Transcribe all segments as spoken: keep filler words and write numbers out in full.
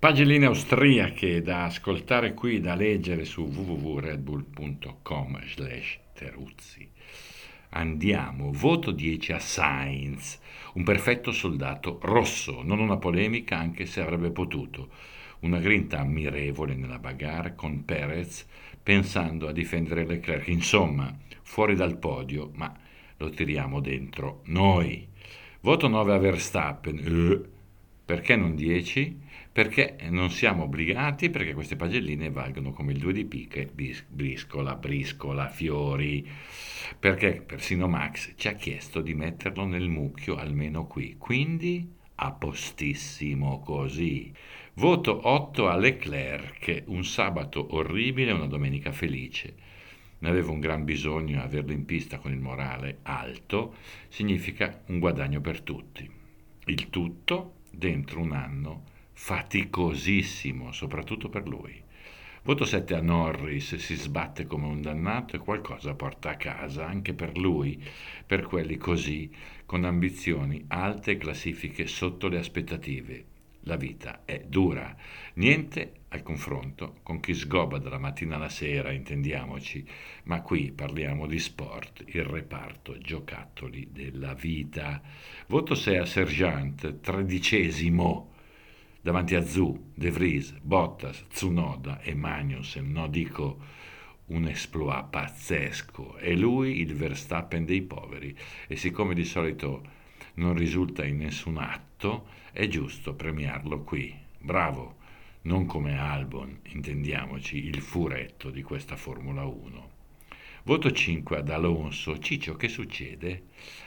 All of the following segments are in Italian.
Pagelline austriache da ascoltare qui, da leggere su w w w punto red bull punto com slash Teruzzi. Andiamo, voto dieci a Sainz, un perfetto soldato rosso, non una polemica anche se avrebbe potuto. Una grinta ammirevole nella bagarre con Perez pensando a difendere Leclerc, insomma, fuori dal podio, ma lo tiriamo dentro noi. Voto nove a Verstappen, eh, perché non dieci? Perché non siamo obbligati, perché queste pagelline valgono come il due di picche, bis- briscola, briscola, fiori, perché persino Max ci ha chiesto di metterlo nel mucchio almeno qui, quindi a postissimo così. Voto otto a Leclerc, un sabato orribile e una domenica felice. Ne avevo un gran bisogno e averlo in pista con il morale alto significa un guadagno per tutti. Il tutto dentro un anno faticosissimo, soprattutto per lui. Voto sette a Norris, si sbatte come un dannato e qualcosa porta a casa anche per lui, per quelli così, con ambizioni alte e classifiche sotto le aspettative. La vita è dura, niente al confronto con chi sgoba dalla mattina alla sera, intendiamoci, ma qui parliamo di sport, il reparto giocattoli della vita. Voto sei a Sergeant, tredicesimo, davanti a Zhu, De Vries, Bottas, Tsunoda e Magnussen, no dico un exploit pazzesco, è lui il Verstappen dei poveri e siccome di solito non risulta in nessun atto, è giusto premiarlo qui. Bravo, non come Albon, intendiamoci, il furetto di questa Formula uno. Voto cinque ad Alonso. Ciccio, che succede?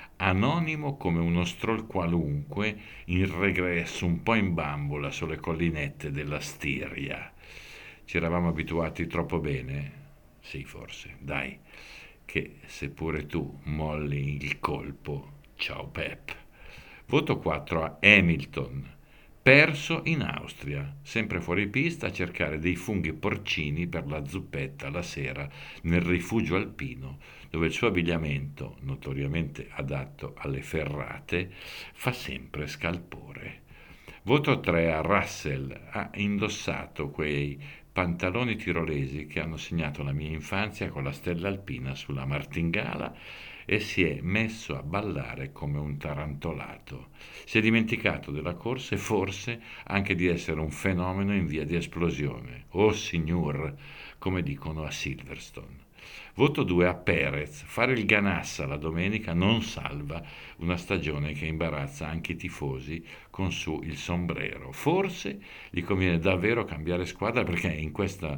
Anonimo come uno stroll qualunque, in regresso, un po' in bambola sulle collinette della Stiria. Ci eravamo abituati troppo bene? Sì, forse, dai, che seppure tu molli il colpo, ciao Pep. Voto quattro a Hamilton. Perso in Austria, sempre fuori pista a cercare dei funghi porcini per la zuppetta la sera nel rifugio alpino, dove il suo abbigliamento, notoriamente adatto alle ferrate, fa sempre scalpore. Voto tre a Russell. Ha indossato quei pantaloni tirolesi che hanno segnato la mia infanzia con la stella alpina sulla martingala e si è messo a ballare come un tarantolato. Si è dimenticato della corsa e forse anche di essere un fenomeno in via di esplosione. Oh signor, come dicono a Silverstone. Voto due a Perez. Fare il ganassa la domenica non salva una stagione che imbarazza anche i tifosi con su il sombrero. Forse gli conviene davvero cambiare squadra perché in questa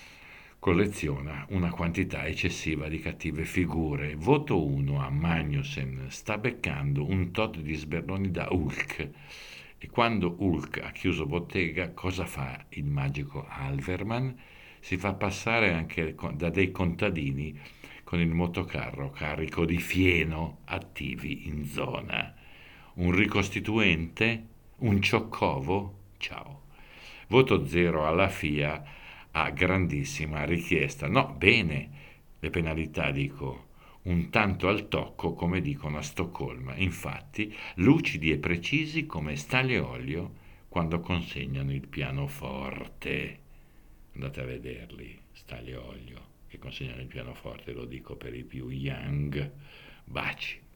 colleziona una quantità eccessiva di cattive figure. Voto uno a Magnussen. Sta beccando un tot di sberloni da Hulk. E quando Hulk ha chiuso bottega, cosa fa il magico Alverman? Si fa passare anche da dei contadini con il motocarro carico di fieno attivi in zona. Un ricostituente? Un cioccovo? Ciao. Voto zero alla F I A a grandissima richiesta. No, bene, le penalità dico. Un tanto al tocco, come dicono a Stoccolma. Infatti, lucidi e precisi come stale e olio quando consegnano il pianoforte. Andate a vederli, stale e olio, che consegnano il pianoforte, lo dico per i più young. Baci.